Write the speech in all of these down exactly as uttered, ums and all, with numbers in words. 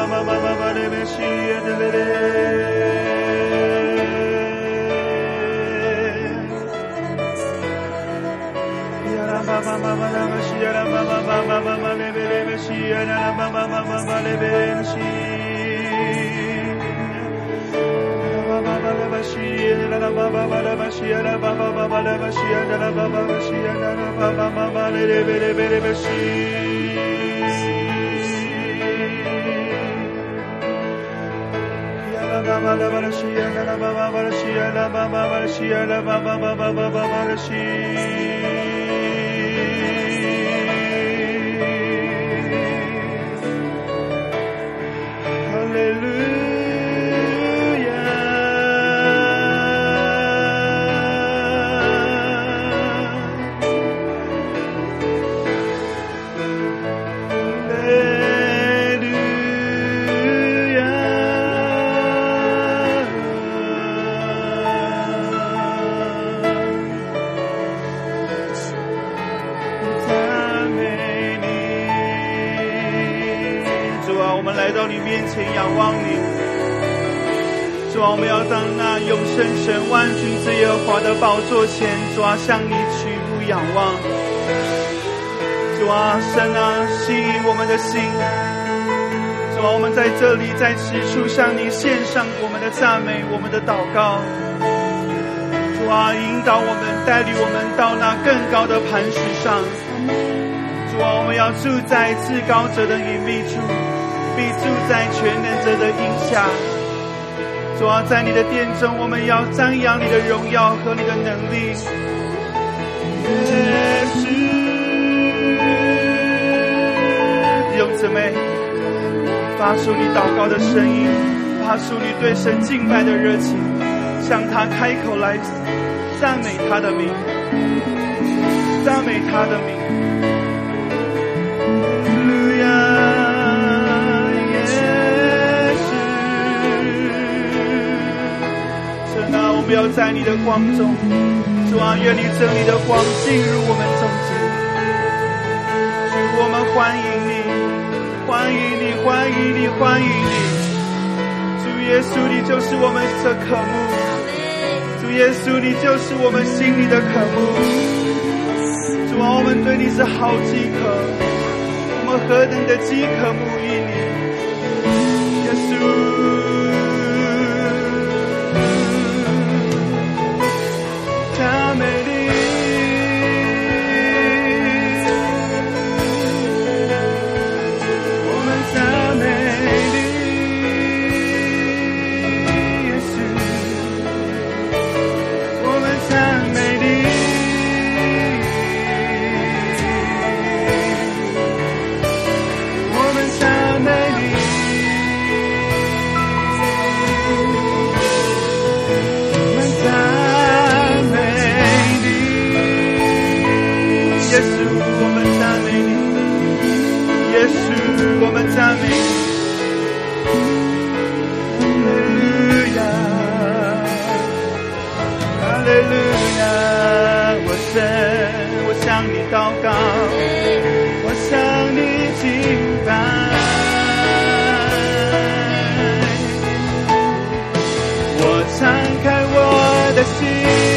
宝座前，主啊，向你举目仰望。主啊，神啊，吸引我们的心。主啊，我们在这里，在此处向你献上我们的赞美，我们的祷告。主啊，引导我们，带领我们到那更高的磐石上。主啊，我们要住在至高者的隐秘处，必住在全能者的荫下。主啊，在你的殿中，我们要瞻仰你的荣耀和你的能力。耶稣，弟兄姊妹，发出你祷告的声音，发出你对神敬拜的热情，向他开口来赞美他的名，赞美他的名。我们要在你的光中，主啊，愿你真理的光进入我们中间。主，我们欢迎你，欢迎你，欢迎你，欢迎你。主耶稣，你就是我们的渴慕。主耶稣，你就是我们心里的渴慕。主啊，我们对你是好饥渴，我们何等的饥渴慕于你，耶稣。赞美你，我们赞美你，耶稣，我们赞美你，我们赞美你，我们赞。耶稣，我们赞美你，耶稣，我们赞美你。哈利路亚，我神，我向你祷告，我向你敬拜。我敞开我的心，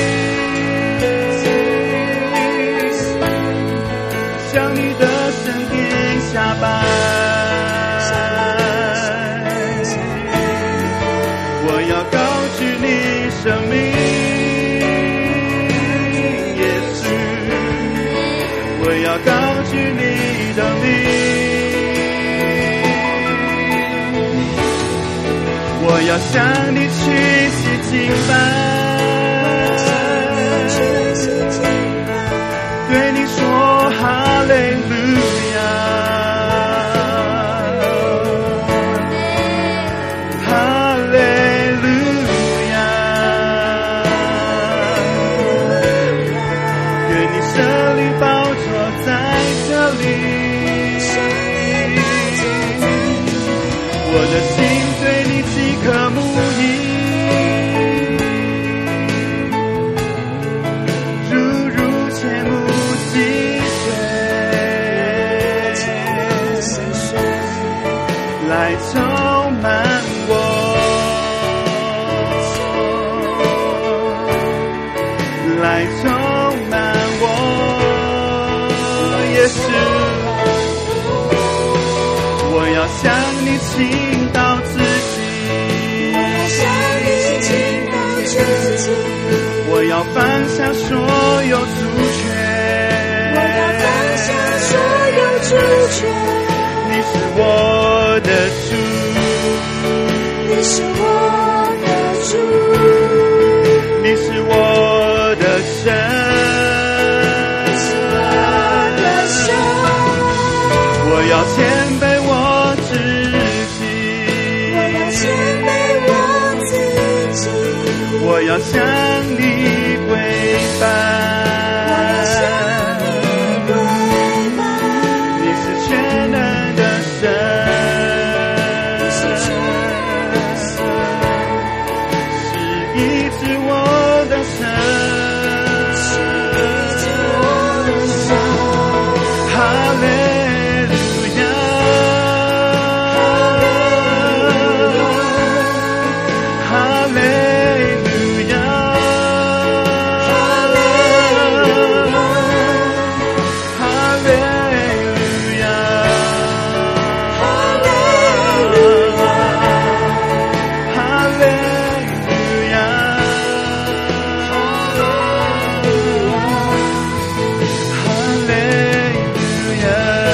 向你的圣殿下拜，我要高举你生命，耶稣，我要高举你的名，我要向你屈膝敬拜，对你说哈利路亚，哈利路亚，愿你圣灵宝座在这里，我的心对你饥渴慕义，来来充满我，来充满我，耶稣，我要向你倾倒自己， 我要向你倾倒自己， 我要放下所有主权， 我要放下所有主权。 你是我的主， 你是我的主， 你是我的神， 你是我的神。 我要谦卑我自己， 我要谦卑我自己， 我要向你跪拜， 我要向你跪拜。 你是全能的神， 你是全能的神， 是医治我的神， 是医治我的神。 哈利路亚，哈利路亚，哈利路亚，哈利路亚，哈利路亚。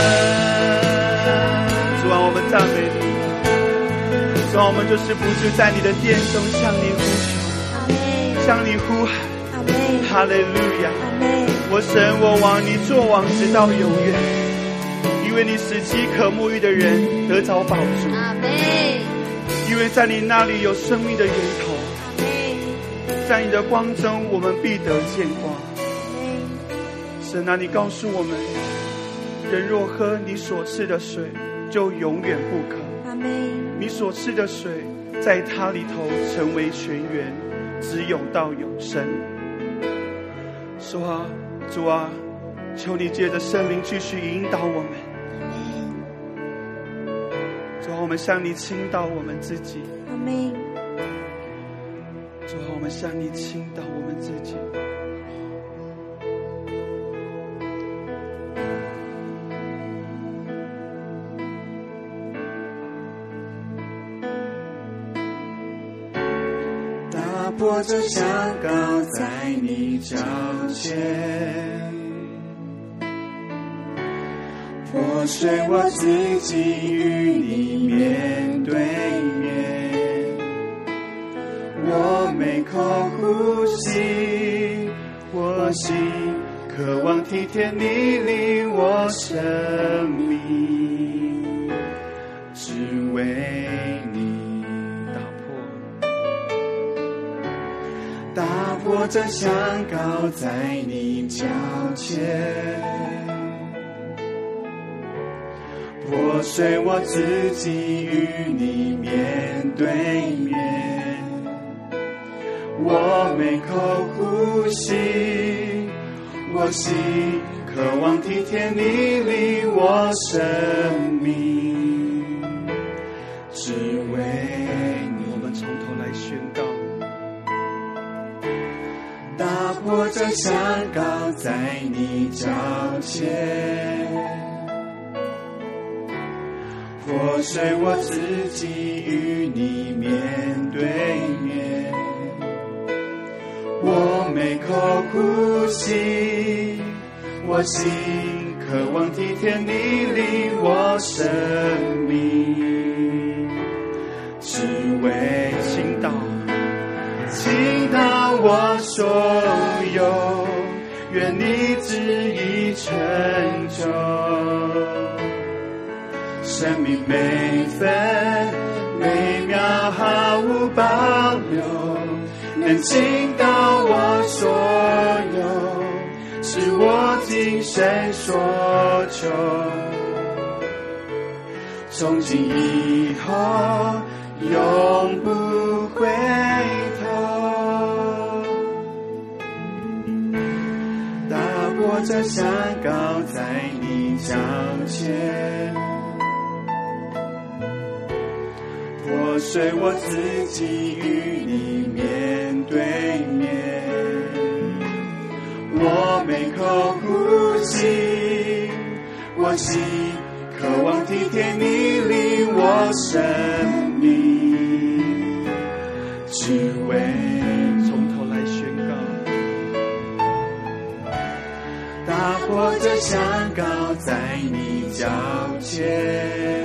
主啊，我们赞美你。主啊，我们就是不住在你的殿中向你呼阿妹， 求，向你呼喊。 阿妹， 哈利路亚！ 阿妹， 我神我王，你作王直到永远，因为你使饥渴沐浴的人得着饱足， 阿妹， 因为在你那里有生命的源头， 阿妹， 在你的光中我们必得见光。 阿妹， 神啊，你告诉我们，人若喝你所赐的水，就永远不渴。 阿妹， 你所赐的水，在它里头成为泉源，直涌到永生。说啊，主啊，求你借着圣灵继续引导我们。主啊，我们向你倾倒我们自己。 阿妹， 主啊，我们向你倾倒我们自己。 打破这香膏在你脚前，破碎我自己与你面对面，我每口呼吸，我心渴望体贴你领我生命，只为你打破这香膏在你脚前，破碎我自己与你面对面，我每口呼吸，我心渴望体贴你领我生命，只为你。 我们从头来宣告。 打破这香膏在你脚前，破碎我自己与你面对面，我每口呼吸，我心渴望体贴你领我生命，只为倾倒倾倒我所有，愿你旨意成就，生命每分每秒毫无保留，能倾倒我所有，是我今生所求，从今以后永不回头。打破这香膏在你脚前， 碎我自己与你面对面，我每口呼吸，我心渴望体贴你领我生命，只为从头来宣告， 打破这香膏在你脚前，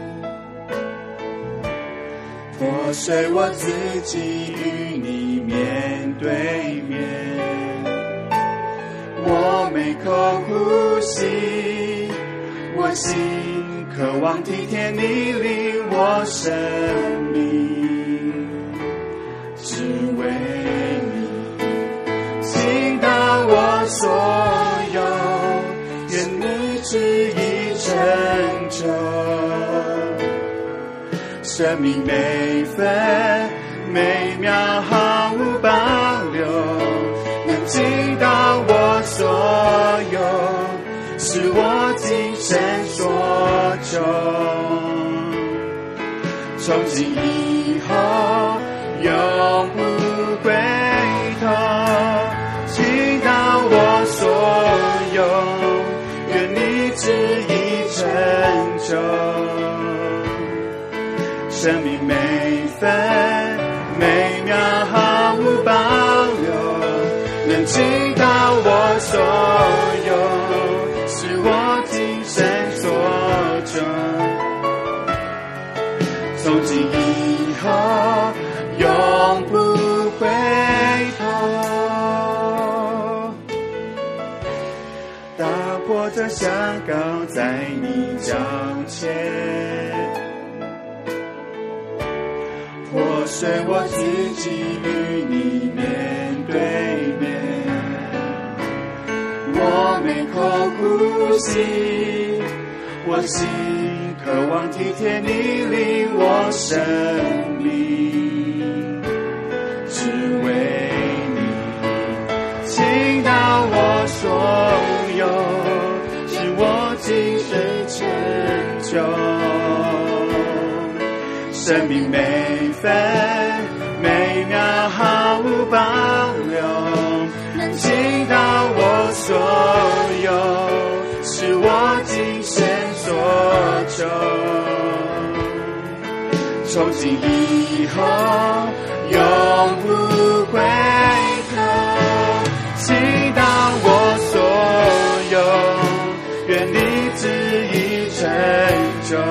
破碎我自己与你面对面，我每口呼吸，我心渴望体贴你领我生命，只为你倾倒我所有，愿你旨意成就，生命每分每秒毫无保留，能倾倒我所有，是我今生所求，从今以后永不回头，倾倒我所有，愿你旨意成就，生命每分每秒毫无保留，能倾倒我所有，是我今生所求，从今以后永不回头，打破这香膏在你脚前，破碎我自己与你面对面，我每口呼吸，我心渴望体贴你领我生命，只为你倾倒我所有，是我今生成就，生命每分每秒毫无保留，能倾倒我所有，是我今生所求，从今以后永不回头，倾倒我所有，愿你旨意成就，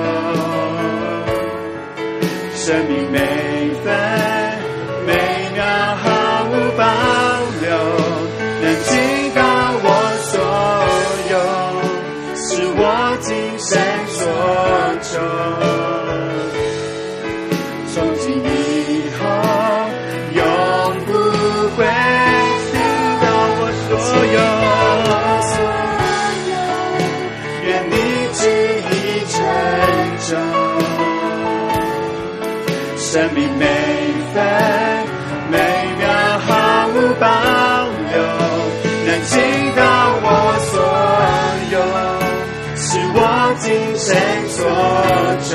生命每分每秒毫无保留，能倾倒我所有，是我今生所求，从今以后永不会倾倒我所有，愿你旨意成就，生命每分每秒毫无保留，能倾倒我所有，是我今生所求，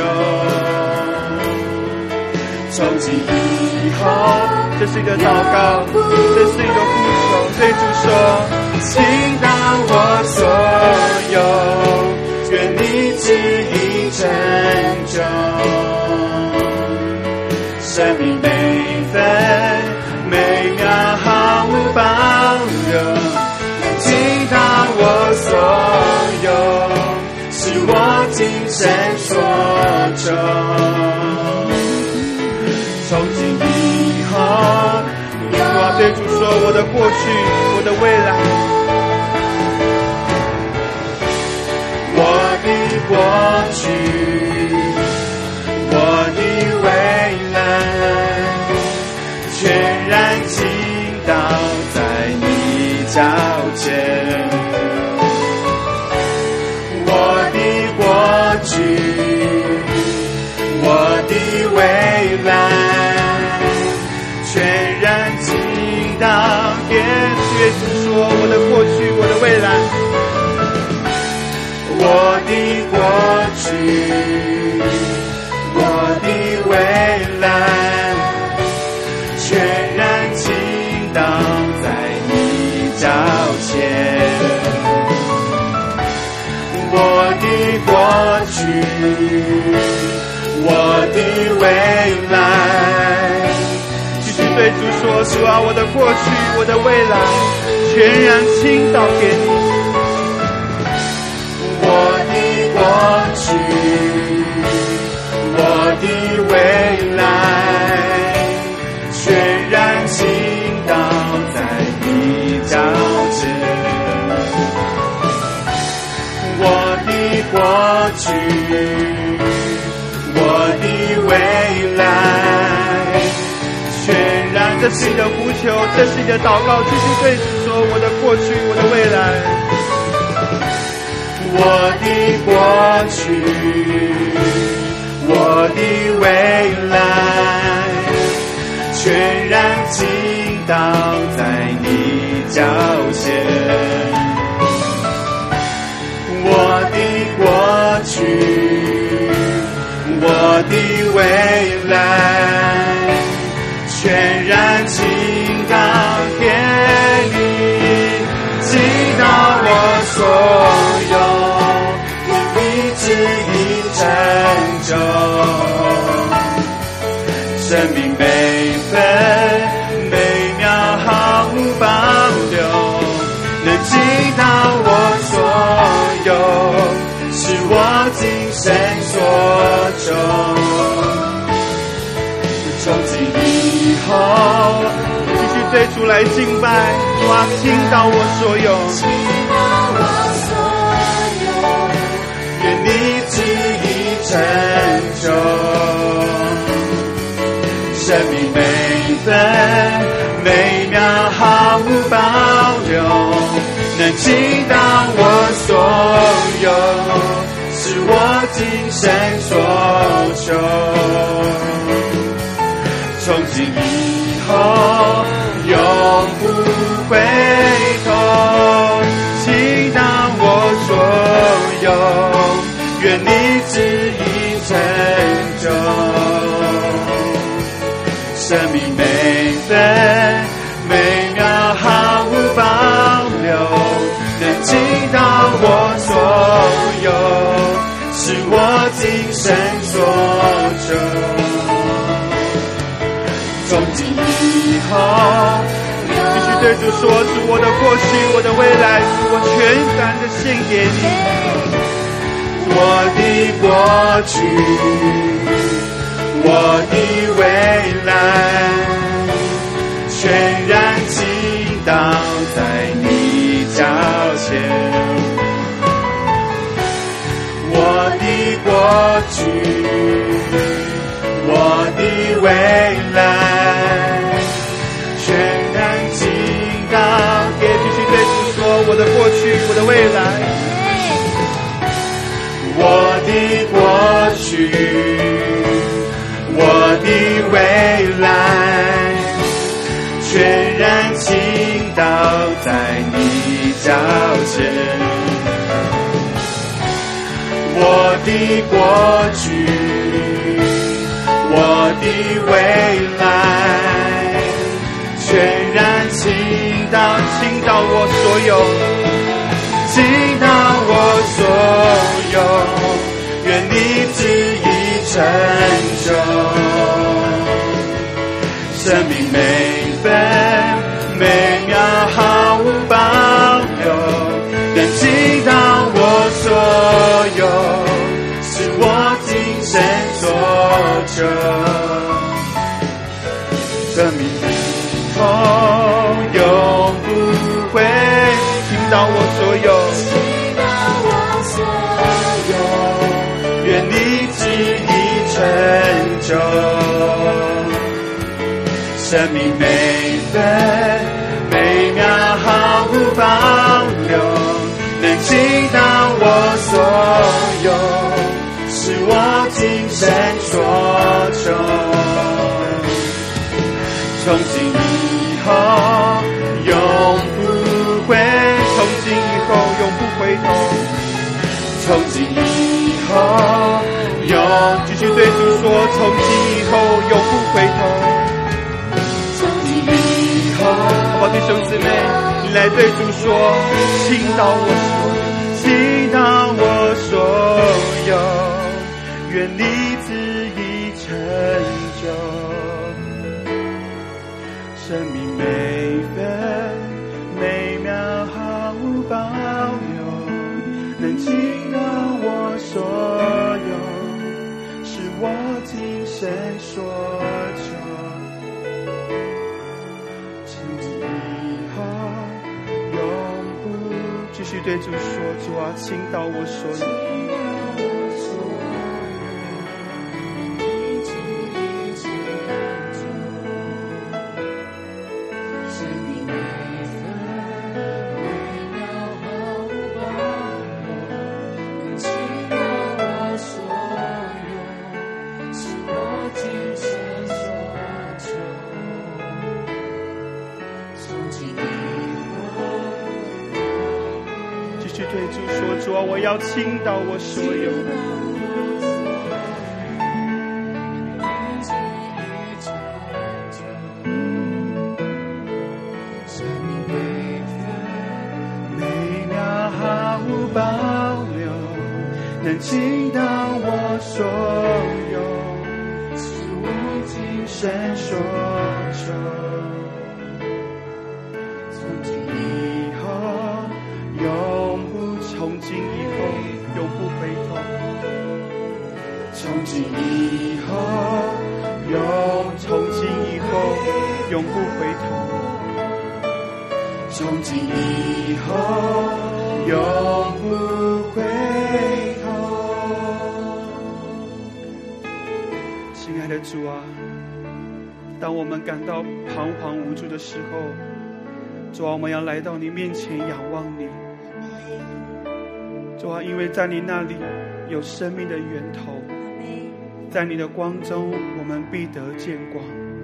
从今以后， 这是一个祷告，这是一个呼求，对主说， 倾倒我所有，愿你旨意成就，生命每分每秒毫无保留，能倾倒我所有，是我今生所求，从今以后， 主啊，对主说，我的过去，我的未来， 我的过去，我的未来，全然倾倒在你脚前，我的过去，我的未来，全然倾倒， 耶稣说，我的过去，我的未来， 我的过去，我的未来，全然倾倒在你脚前。我的过去，我的未来， 继续对主说，主啊，我的过去，我的未来，全然倾倒给你。 我的过去，我的未来，全然倾倒在你脚前。我的过去，我的未来，全然。 这是你的呼求，这是你的祷告，继续对主说，我的过去，我的未来。 我的过去，我的未来，全然倾倒在你脚前。我的过去，我的未来，全然倾倒给你，倾倒我所有。旨意成就，生命每分每秒毫无保留，能尽到我所有，是我今生所求。从今以后， 继续对主来敬拜，主啊，倾倒我所有， 倾倒我所有。 愿你旨意成就，生命每分每秒毫无保留，能尽到我所有，是我今生所求。从今以后永不回头，倾倒我所有，愿你旨意成就，生命每分每秒毫无保留，能尽到我所有，是我今生所求。从今以后， 继续对主说，主，我的过去，我的未来，我全然的献给你。 我的过去，我的未来，全然倾倒在你脚前。我的过去，我的未来，全然倾倒给。 继续对主说，我的过去，我的未来。 我的过去，我的未来，全然倾倒在你脚前。我的过去，我的未来，全然倾倒， 倾倒我所有， 倾倒我所有，愿你旨意成就，生命每分每秒毫无保留，能倾倒我所有，是我今生所求。生命以后永不会倾倒我所有，倾倒我所有，愿你旨意成就，生命每分每秒毫无保留，能倾倒我所有，是我今生所求。从今以后永不回， 从今以后永不回头。 从今以后永， 继续对主说，从今以后永来对主说，倾倒我所有，倾倒我所有，愿你旨意成就。生命每分每秒毫无保留，能倾倒我所有，是我今生所求。继续对主说，主啊，倾倒我所有，对主说，主啊，我要倾倒我所有。每秒毫无保留，能倾倒我所有，是我今生所求。从今以后，永不从今以后永不回头，从今以后永从今以后永不回头，从今以后永不回头。亲爱的主啊，当我们感到彷徨无助的时候，主啊，我们要来到你面前仰望你。主啊，因为在你那里有生命的源头，在你的光中我们必得见光。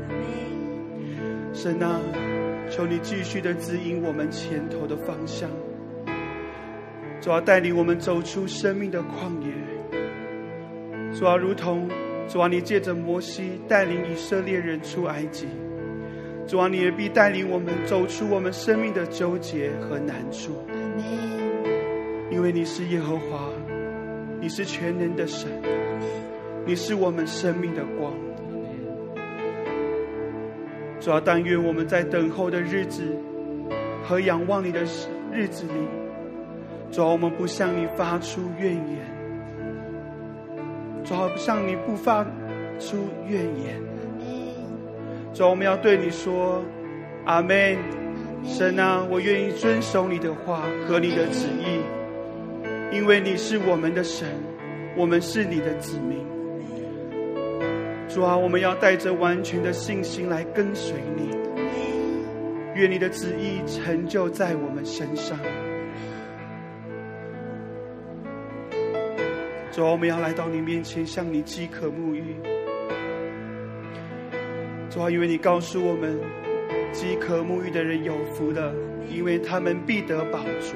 神啊，求你继续的指引我们前头的方向。主啊，带领我们走出生命的旷野。主啊，如同主啊，你借着摩西带领以色列人出埃及，主啊，你也必带领我们走出我们生命的纠结和难处。因为你是耶和华，你是全能的神，你是我们生命的光。主啊，但愿我们在等候的日子和仰望你的日子里，主啊，我们不向你发出怨言，主啊，向你不发出怨言。主啊，我们要对你说阿们。神啊，我愿意遵守你的话和你的旨意，因为你是我们的神，我们是你的子民。主啊，我们要带着完全的信心来跟随你，愿你的旨意成就在我们身上。主啊，我们要来到你面前向你饥渴沐浴。主啊，因为你告诉我们饥渴沐浴的人有福了，因为他们必得饱足。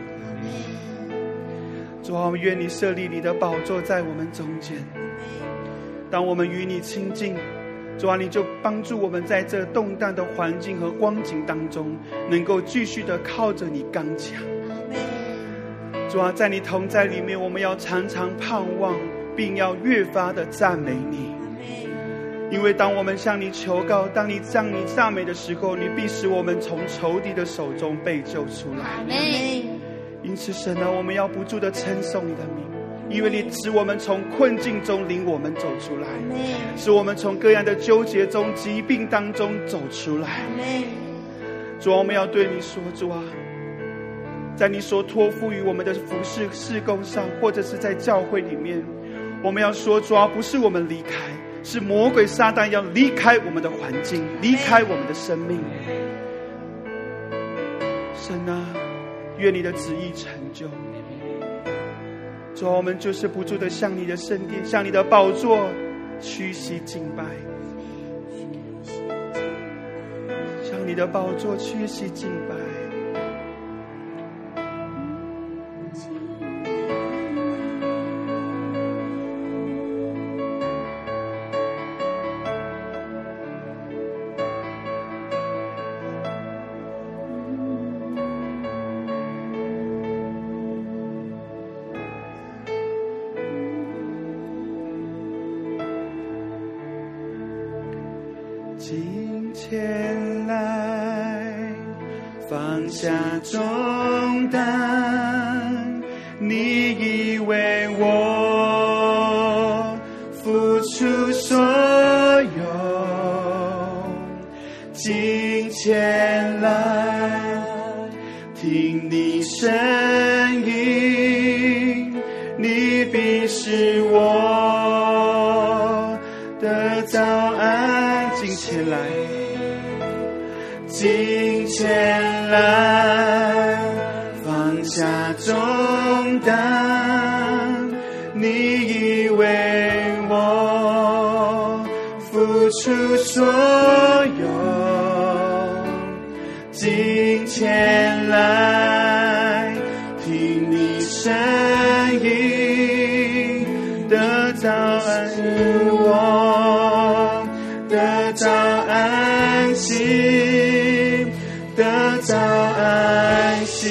主啊，愿你设立你的宝座在我们中间。当我们与你亲近，主啊，你就帮助我们在这动荡的环境和光景当中，能够继续的靠着你刚强。主啊，在你同在里面，我们要常常盼望，并要越发的赞美你。因为当我们向你求告，当你向你赞美的时候，你必使我们从仇敌的手中被救出来。因此神啊，我们要不住的称颂你的名，因为你使我们从困境中领我们走出来，使我们从各样的纠结中疾病当中走出来。主啊，我们要对你说，主啊，在你所托付于我们的服事事工上，或者是在教会里面，我们要说，主啊，不是我们离开，是魔鬼撒旦要离开我们的环境，离开我们的生命。神啊，愿你的旨意成就。主啊，我们就是不住的向你的圣殿，向你的宝座屈膝敬拜，向你的宝座屈膝敬拜。 金钱来，放下重担，你已为我付出所有。金钱来，听你声音，你必使我得到安。金钱来，金钱来，放下重担，你已为我付出所有。金钱来，听你声音，得到安息，我得到安息，得到安息。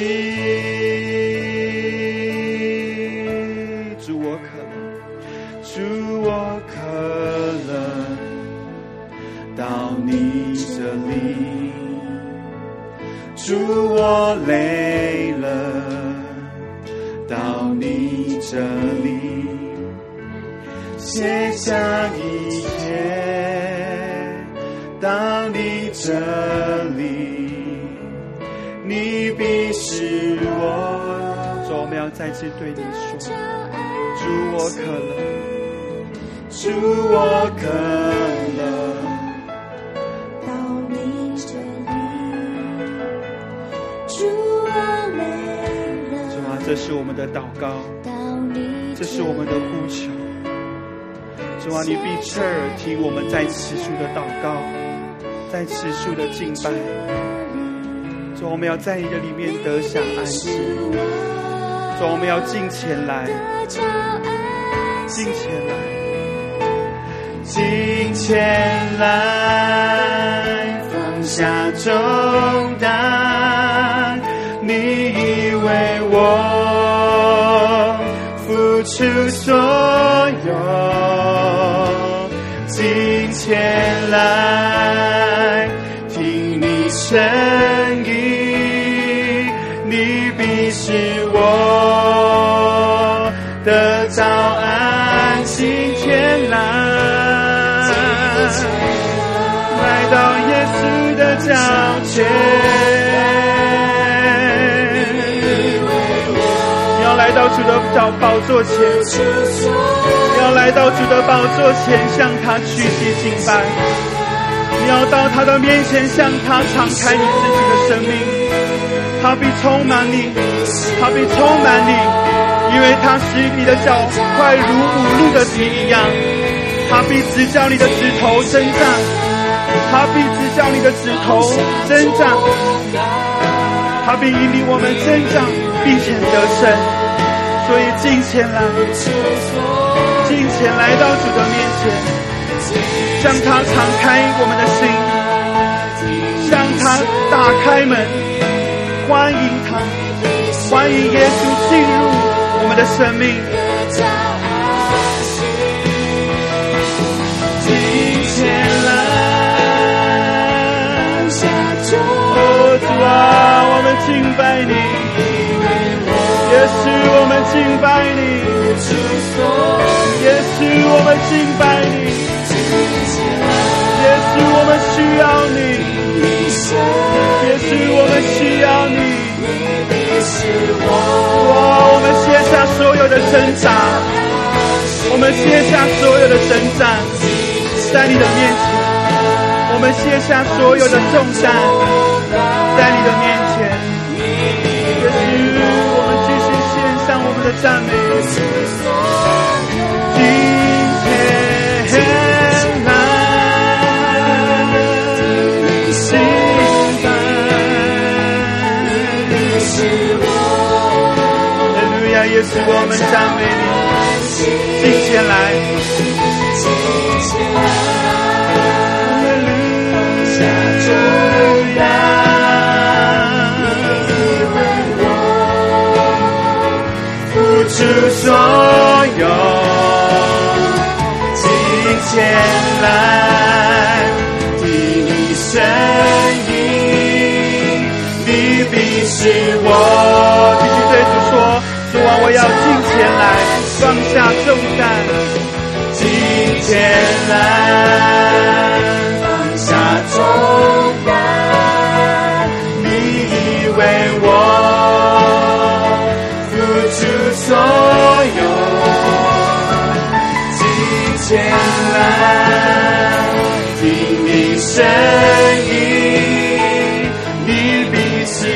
主我渴了，主我渴了，到你这里。主我累了，到你这里，卸下一切，到你这里，你必使我。主，我们要再次对你说，主我渴了，主我渴了， 到你这里，主啊累了。 主啊，这是我们的祷告，这是我们的呼求。主啊，你必侧耳听我们在此处的祷告，在此处的敬拜。主，我们要在你的里面得享安息。主，我们要敬前来，敬前来，敬前来，放下重担，你已为我付出所有。敬前来，听你声音，你必使我得到安息。前来，来到耶稣的脚前，要来到主的宝座前，要来到主的宝座前，向他屈膝敬拜。你要到他的面前，向他敞开你自己的生命，他必充满你，他必充满你，因为他使你的脚快如母鹿的蹄一样，他必指教你的指头增长，他必指教你的指头增长，他必引领我们增长并且得胜。所以敬前来，敬前来到主的面前，向他敞开我们的心，向他打开门，欢迎他，欢迎耶稣进入我们的生命。敬前来，哦主啊，我们敬拜你，也是我们敬拜你，也是我们敬拜你，也是我们需要你，也是我们需要你。哇，我们卸下所有的挣扎，我们卸下所有的征战，在你的面前，我们卸下所有的重担，在你的面前。也是我们继续献上我们的赞美。今天来敬拜，哈利路亚，也是我们赞美你。敬前来，哈利路亚。付出所有，敬前来，听我要进前来，放下重担， 进前来，放下重担，你已为我付出所有。进前来，听你声音，你必使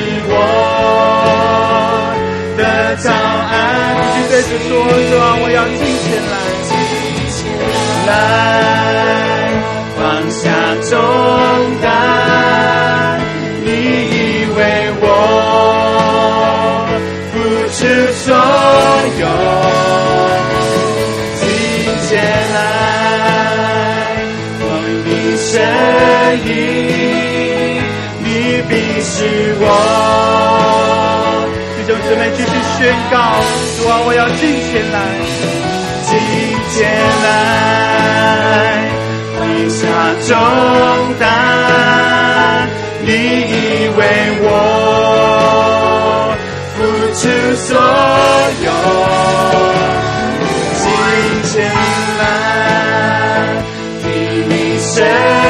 我得到安。 你对主说：主啊，我要进前来。 来，放下重担，你已为我付出所有。进前来，听你声音，你必使我。 弟兄姊妹继续宣告：主啊，我要进前来。 进前来，放下重担，你已为我付出所有。进前来，听你声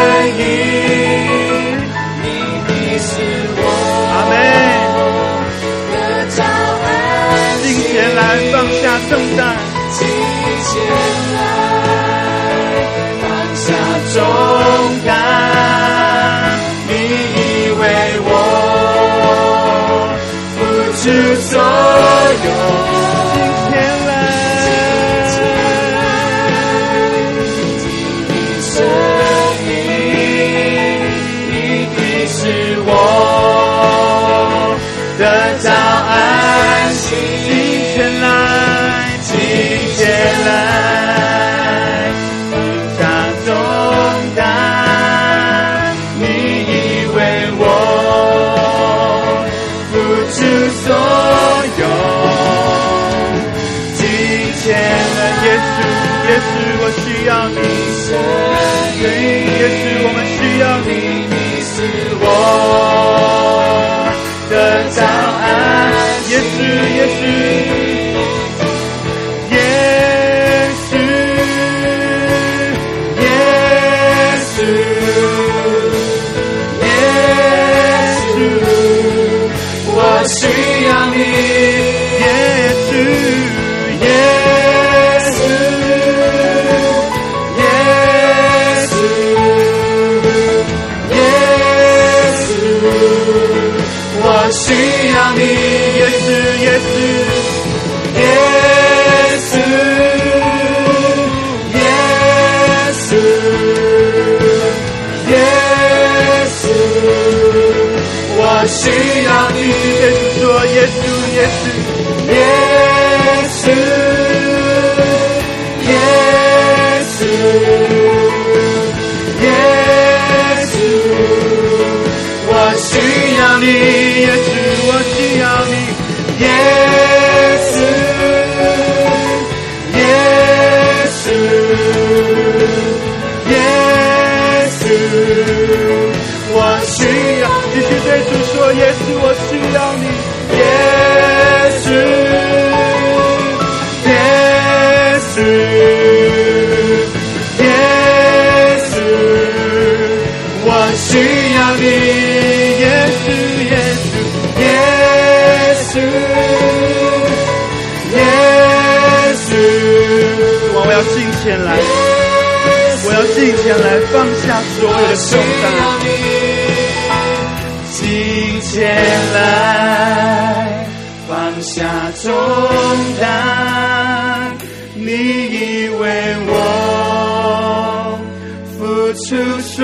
音，你必使我阿们。 得着安息。 进前来，放下重担。 进前来，放下重担，你已为我付出所有。 进前来， 听你声音，你必使我得到安息。 进前来， 进前来，放下重担，你已为我付出所有。进前来， 耶稣，耶稣，我需要你。对，耶稣，我们需要你。 你是我的早安。 耶稣，耶稣。 我需要你， 耶稣， 耶稣，耶稣，耶稣，我需要你， 耶稣，耶稣， 耶稣，耶稣，耶稣，我需要你。 耶稣说：耶稣，耶稣， 耶稣，耶稣，耶稣，我需要你， 耶稣，我需要你。 耶稣，耶稣，耶稣，我需要。 继续对主说：耶稣，我需要你。 耶稣，耶稣，耶稣，我需要你，耶稣，耶稣，耶稣，耶稣， 我要进前来，我要进前来，放下所有的重担。 进前来，放下重担，你已为我付出所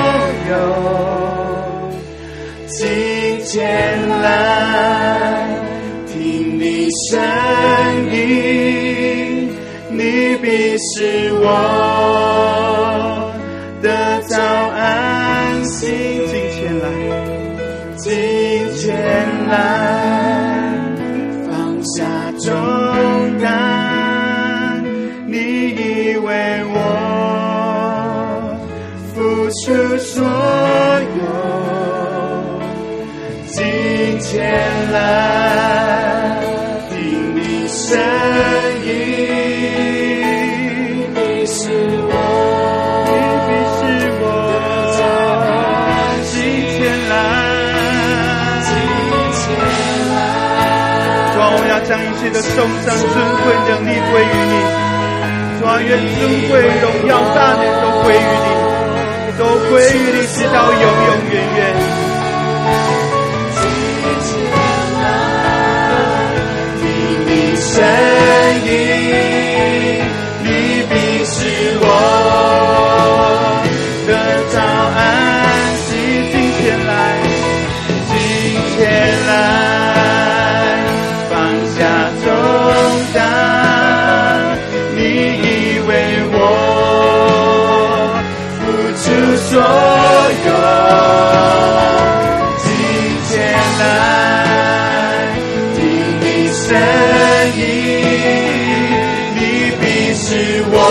有。进前来，听你声音，你必使我得到安息。 进前来， 进前来，放下重担，你已为我付出所有。进前来，听你声切的颂赞、尊贵、能力归于你。主啊，愿尊贵、荣耀、大能都归于你，都归于你，直到永永远远。 听你声音，你必使我得到安息。 今天来， 今天来，放下重担，你已为我付出所有。今天来，听你声音，你必使我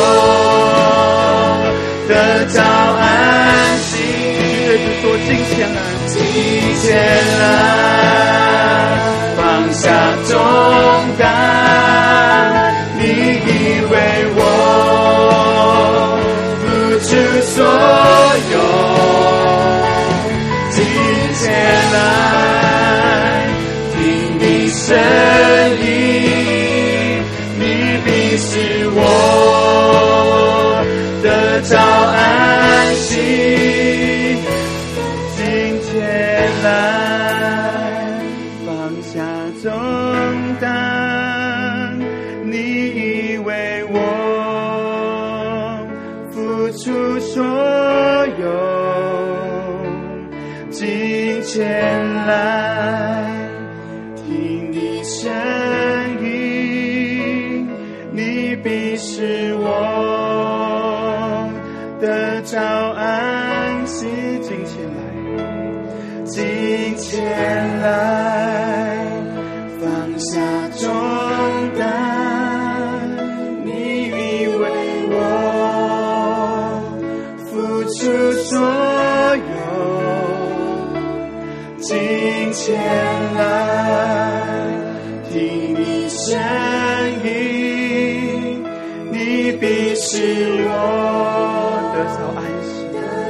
得到安息。 对主说：今天来， 今天来，放下重担，你已为我付出所有。今天来，听你声音，你必使我得到安息。今天来， 放下重担，你已为我付出所有。今天来，听你声音，你必使我得到安息。今天来，今天来，放下重担，你已为我付出所有。今天来，听你声音，你必使我得着安息，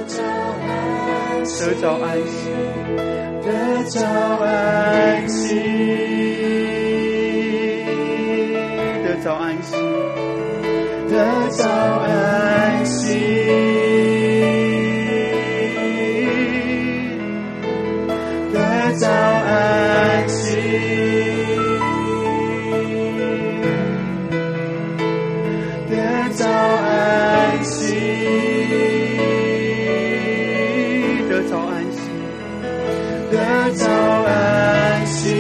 得着安息，得着安息，得着安息，得着安息。得着安息，得着安息，得着安息，得着安息，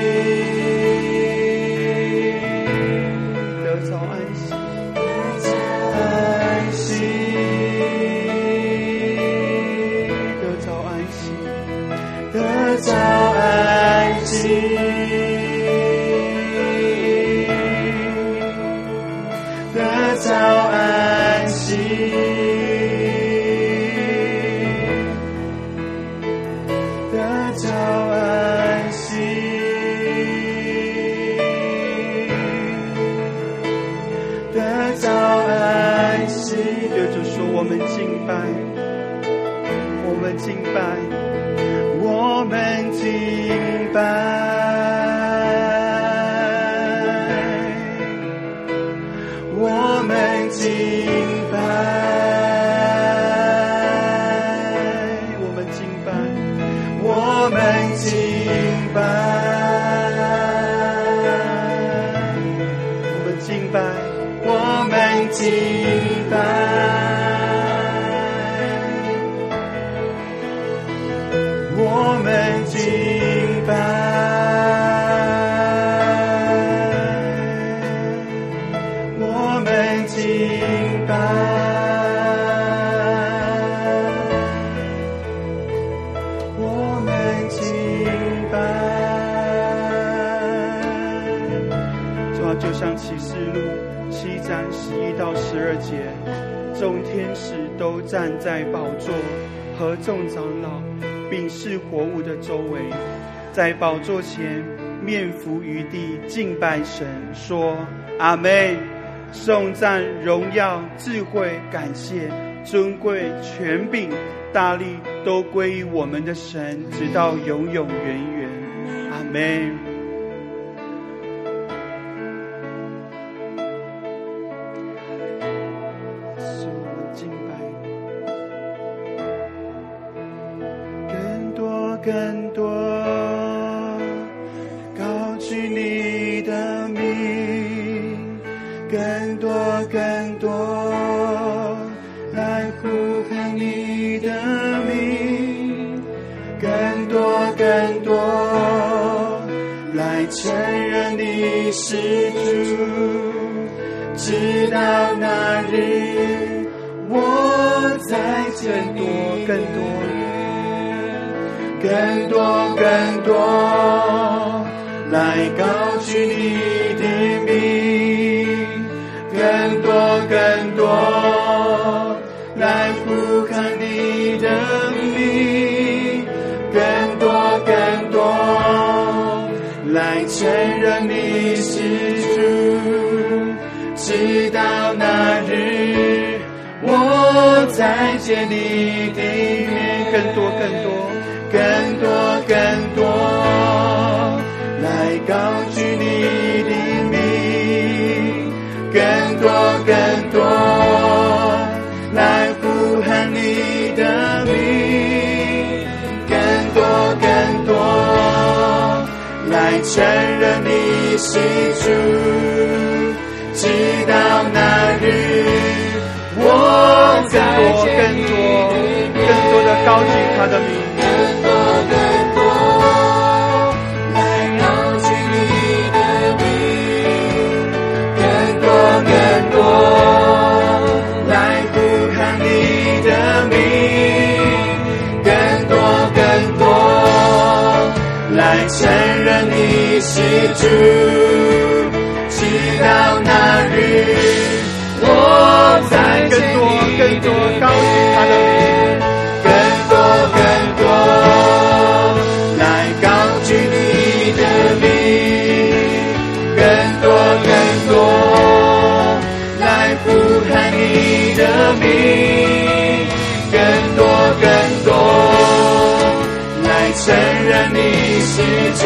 得着安息，安息，得着安息。得着安息，得着安息，得着安息，得着安息。对主说：我们敬拜，我们敬拜。我们敬拜，我们敬拜，我们敬拜，我们敬拜，我们敬拜，我们敬拜。我们敬拜，我们敬拜，我们敬拜。主啊，就像启示录七章十一到十二节，众天使都站在宝座和众长老并是活物的周围，在宝座前面伏于地敬拜神，说：阿们。颂赞、荣耀、智慧、感谢、尊贵、权柄、大力都归于我们的神，直到永永远远。阿们。 更多，高举你的名，更多更多，来呼喊你的名，更多更多，来承认你是主，直到那日我再见你。更多更多更多，来高举你的名，更多更多，来呼喊你的名，更多更多，来承认你是主，直到那日我再见你的面。更多更多更多更多，来高举你的名，更多更多，来呼喊你的名，更多更多，来承认你是主，直到那日我再见你的名，更多的高举他的名， 更多更多，来高举你的名，更多更多， 来呼喊你的名，更多更多，来承认你是主，直到那日我再更多更多高举他的名，更多更多，来高举你的名，更多更多，来呼喊你的名，更多更多，来承认你是主，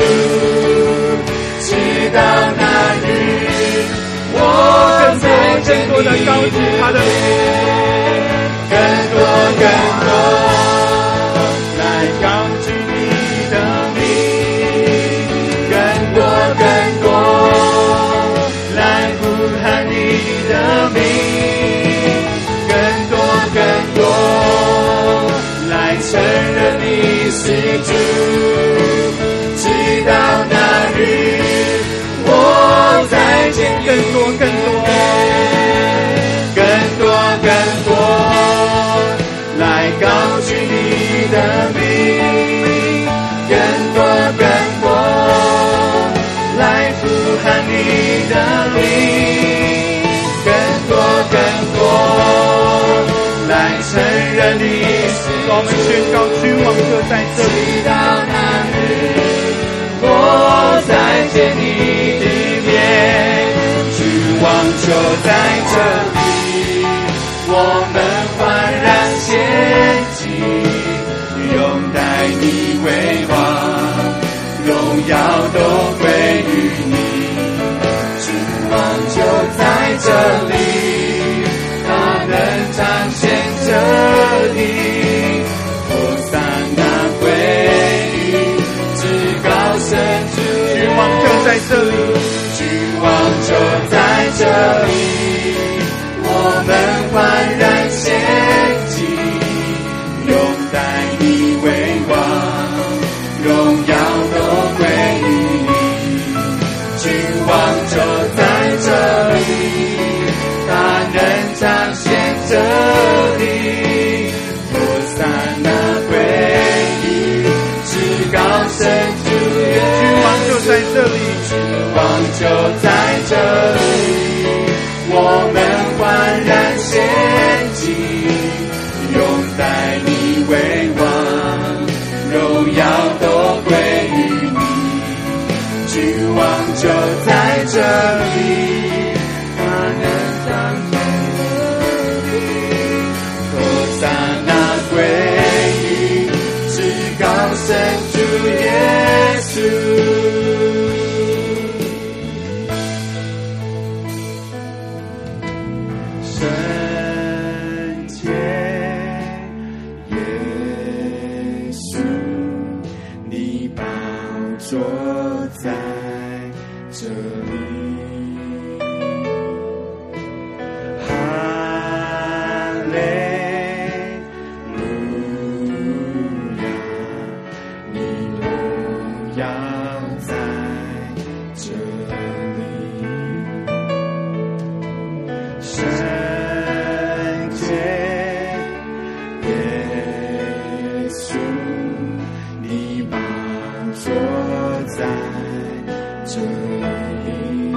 直到那日我更多更多的高举他的名，更多更多，来高举你的名，更多更多，来呼喊你的名，更多更多，来承认你是主，直到那日我再见更多更多，更多更多，来高举你的名，更多更多，来呼喊你的名，更多更多，来承认你是。我们宣告君王就在这里，直到那日我再见你的面，君王就在这里，我们焕然仙境，拥戴你为王，荣耀都归于你，君王就在这里，他能彰显这里，和散那归于至高神主，君王就在这里，君王就在这里，我们焕然仙境，拥戴你为王，荣耀都归于你，君王就在这里，他能彰显这里，和散那归于至高神主耶，君王就在这里，君王就在这里，我们焕然仙境，拥戴你为王，荣耀都归于你，君王就在这里，他能彰显这里，和散那归于至高神主耶稣。圣洁耶稣， 坐在这里。哈利路亚，你荣耀在这里，圣洁耶稣，你宝座在这里。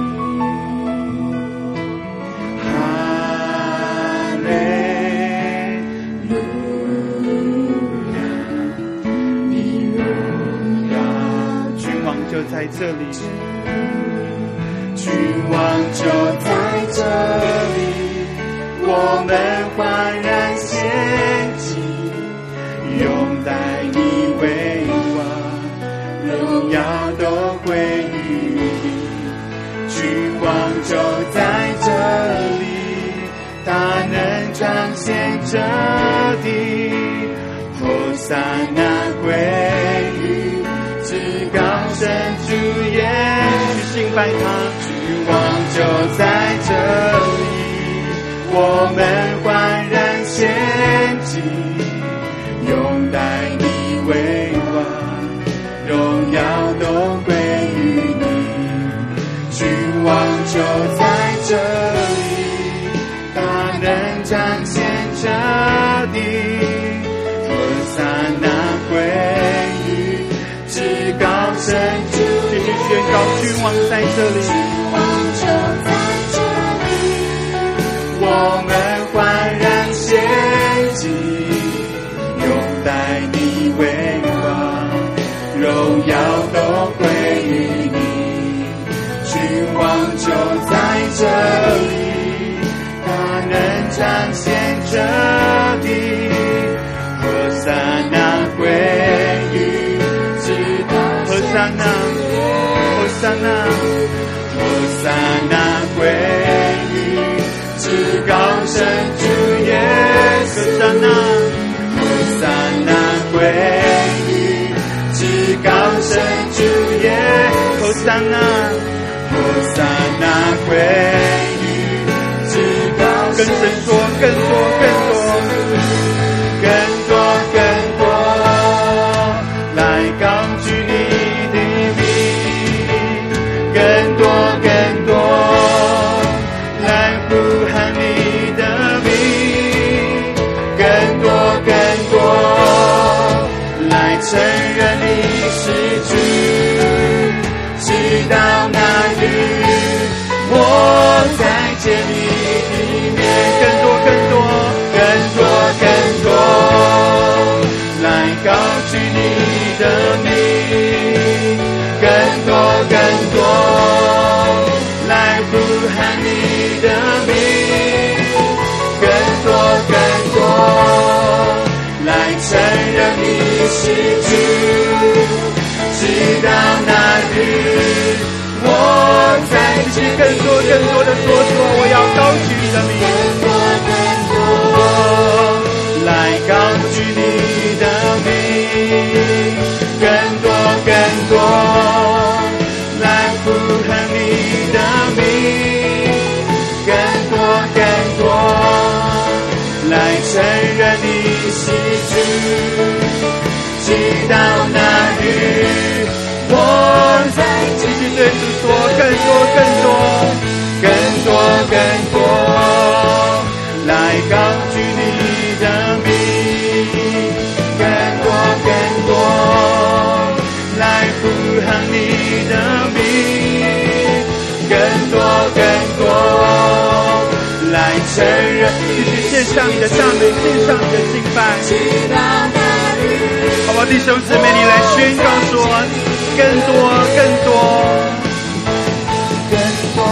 哈利路亚，你荣耀，君王就在这里，君王就在这里，我们焕然献祭，拥戴你为王，荣耀都归于你。君王就在这里，他能彰显这地，后撒那归于至高神主耶稣，敬拜他。君王就在这里，我们焕然献祭，拥戴你为王，荣耀都归于你。君王就在这里，他能彰显这地，和撒那归于至高神主。继续宣告，君王在这里， 君王就在这里， 我们焕然献祭，拥戴你为王，荣耀都归于你。君王就在这里，他能彰显这地，和撒那归于至高和撒那和撒那和撒那归于至高神主耶和撒那和撒那归于至高神主耶和撒那和撒那归于至高神主。跟神说更多更多更多更多，来高举你的名，更多更多来呼喊你的名，更多更多来承认你是主，直到那日我在见你的面。更多更多更多更多来高举你的名，更多更多来呼喊你的名，更多更多来承认你是主，直到那日我在一起。更多更多的说说，我要高举你的名，更多更多来高举你的名，更多更多来呼喊你的名，更多更多来承认你是主，直到那日我在继续对主说，更多更多更多更多来高举你的名，更多更多来呼喊你的名，更多更多来承认。继续献上你的赞美，献上你的敬拜， 直到那日。 好不好，弟兄姊妹，你来宣告说，更多更多更多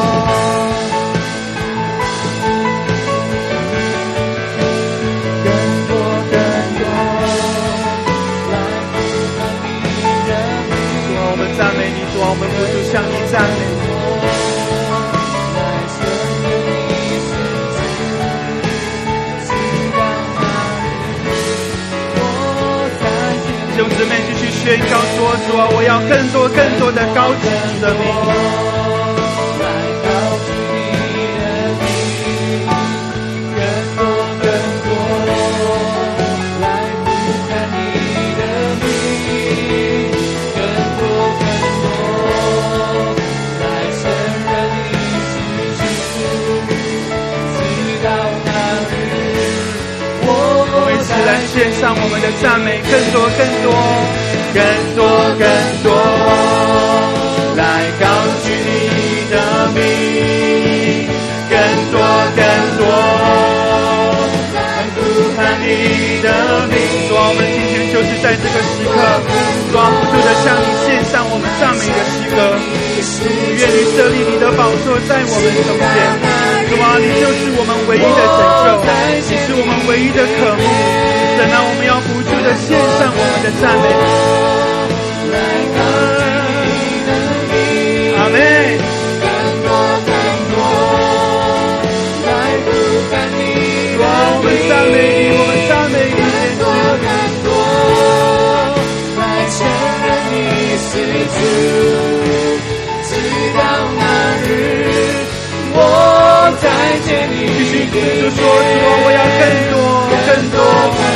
更多更多来呼喊你的名。主啊，我们赞美你，主啊，我们不住向你赞美你。 兄姊妹继续宣告说：主啊，我要更多更多的高举你的名。献上我们的赞美，更多更多更多更多，来高举你的名，更多更多，来呼喊你的名。主啊，我们今天就是在这个时刻，主啊，不住的向你献上我们赞美的诗歌。主，愿你设立你的宝座在我们中间。主啊，你就是我们唯一的拯救，你是我们唯一的渴慕。神啊，我们要不住的献上我们的赞美。阿们。主啊，我们赞美你，我们赞美你，来承认你是主，直到那日我再见你。继续就说，主啊，我要更多更多。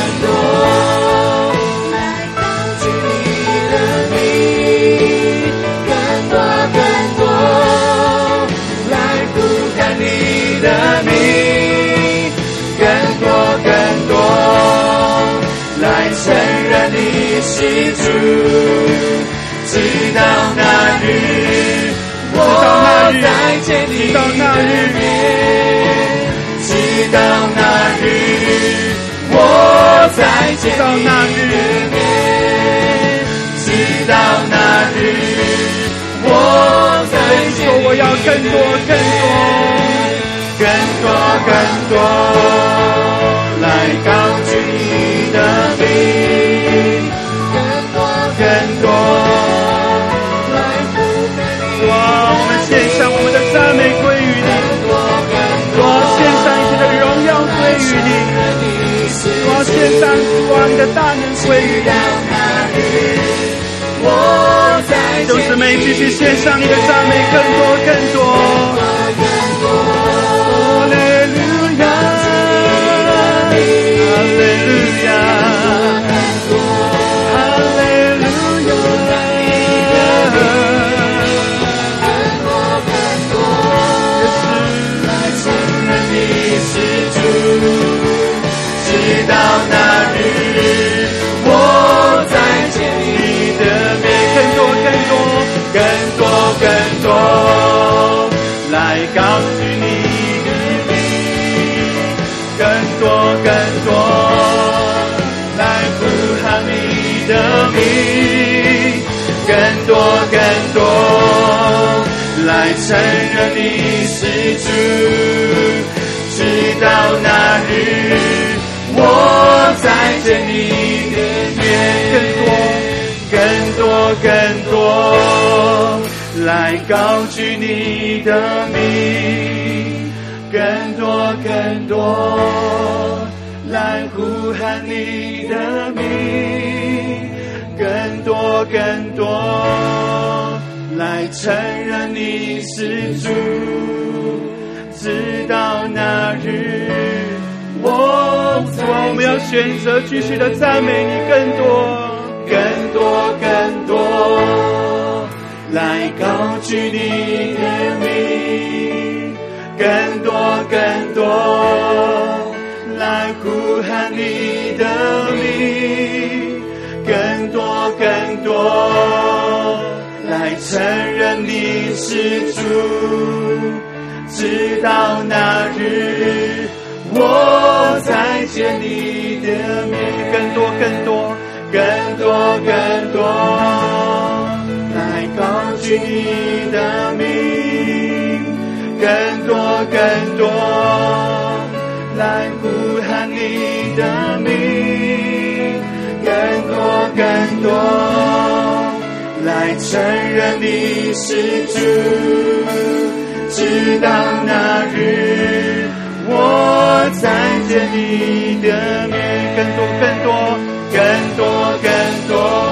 是主，直到那日，我再见你的面，直到那日，我再见你的面，直到那日，我再见你的面。我要更多更多更多更多，来高举你的名。更多，主啊，我们献上我们的赞美归于你，主啊，献上一切的荣耀归于你，主啊，献上主啊你的大能归于你。弟兄姊妹继续献上你的赞美，更多更多。哈利路亚，哈利路亚。直到那日，我再见你的面，更多更多更多更多，来高举你的名，更多更多，来呼喊你的名，更多更多，来承认你是主，直到那日。我再见你的面，更多更多更多，来高举你的名，更多更多，来呼喊你的名，更多更多，来承认你是主，直到那日。我主啊，我们要选择继续的赞美你，更多更多更多，来高举你的名，更多更多，来呼喊你的名，更多更多，来承认你是主，直到那日。我再见你的面，更多更多更多更多，来高举你的名，更多更多，来呼喊你的名，更多更多，来承认你是主，直到那日。我再见你的面，更多更多更多更多，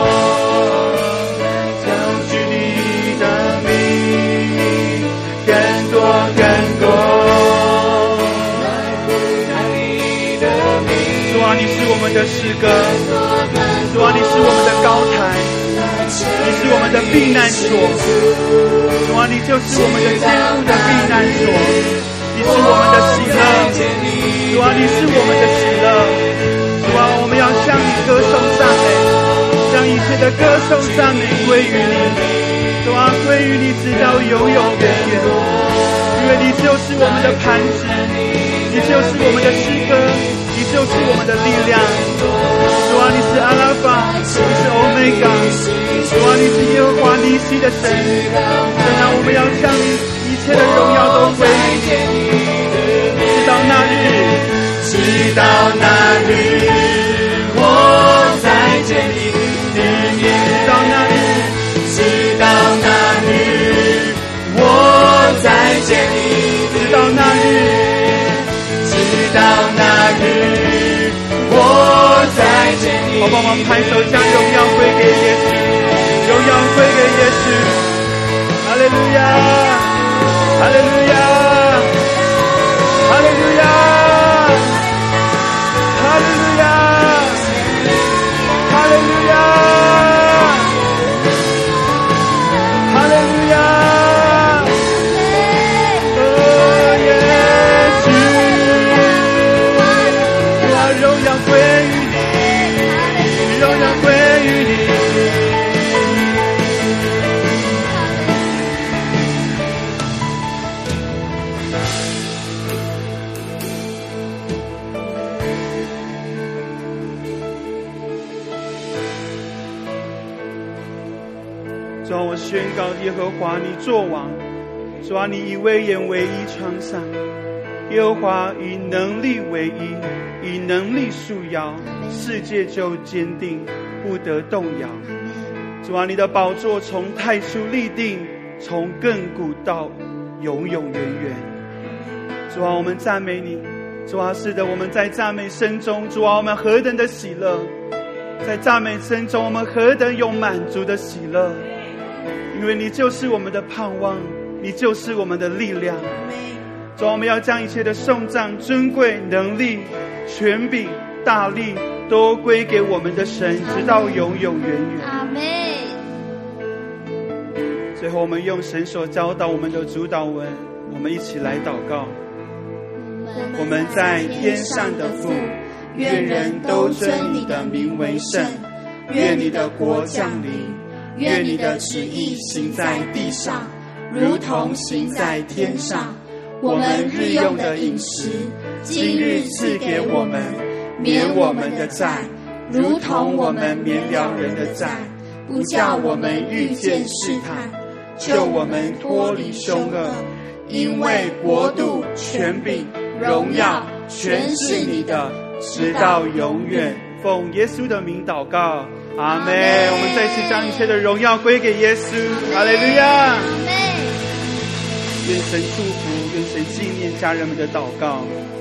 的诗歌。主啊，你是我们的高台，你是我们的避难所。主啊，你就是我们的坚固的避难所，你是我们的喜乐。主啊，你是我们的喜乐。主啊，我们要向你歌颂赞美，将一切的歌颂赞美归于你。主啊，归于你直到永永远远，因为你就是我们的磐石，你就是我们的诗歌，你就是我们的力量。主啊，你是阿拉法，你是欧米伽。主啊，你是耶和华尼西的神。神啊，我们要向你一切的荣耀都归于你，直到那日， 直到那日，我再见你的面， 直到那日， 直到那日，我再见你的面， 直到那日， 直到那日，我再见你。 好，帮忙拍手，将荣耀归给耶稣，荣耀归给耶稣。哈利路亚，哈利路亚，哈利路亚，哈利路亚，哈利路亚，哈利路亚。哦，耶稣，我荣耀归于你，荣耀归于你。主啊，我宣告耶和华你作王。主啊，你以威严为衣穿上，耶和华以能力为衣，以能力束腰，世界就坚定，不得动摇。主啊，你的宝座从太初立定，从亘古到永永远远。主啊，我们赞美你。主啊，是的，我们在赞美声中，主啊，我们何等的喜乐，在赞美声中我们何等有满足的喜乐，因为你就是我们的盼望，你就是我们的力量。主啊，我们要将一切的颂赞、尊贵、能力、权柄、大力都归给我们的神，直到永永远远。 阿们。 最后我们用神所教导我们的主导文，我们一起来祷告。我们在天上的父，愿人都尊你的名为圣，愿你的国降临，愿你的旨意行在地上，如同行在天上。我们日用的饮食，今日赐给我们，免我们的债，如同我们免了人的债，不叫我们遇见试探，救我们脱离凶恶。因为国度、权柄、荣耀全是你的，直到永远。奉耶稣的名祷告，阿们。我们再次将一切的荣耀归给耶稣，哈利路亚。愿神祝福，愿神纪念家人们的祷告。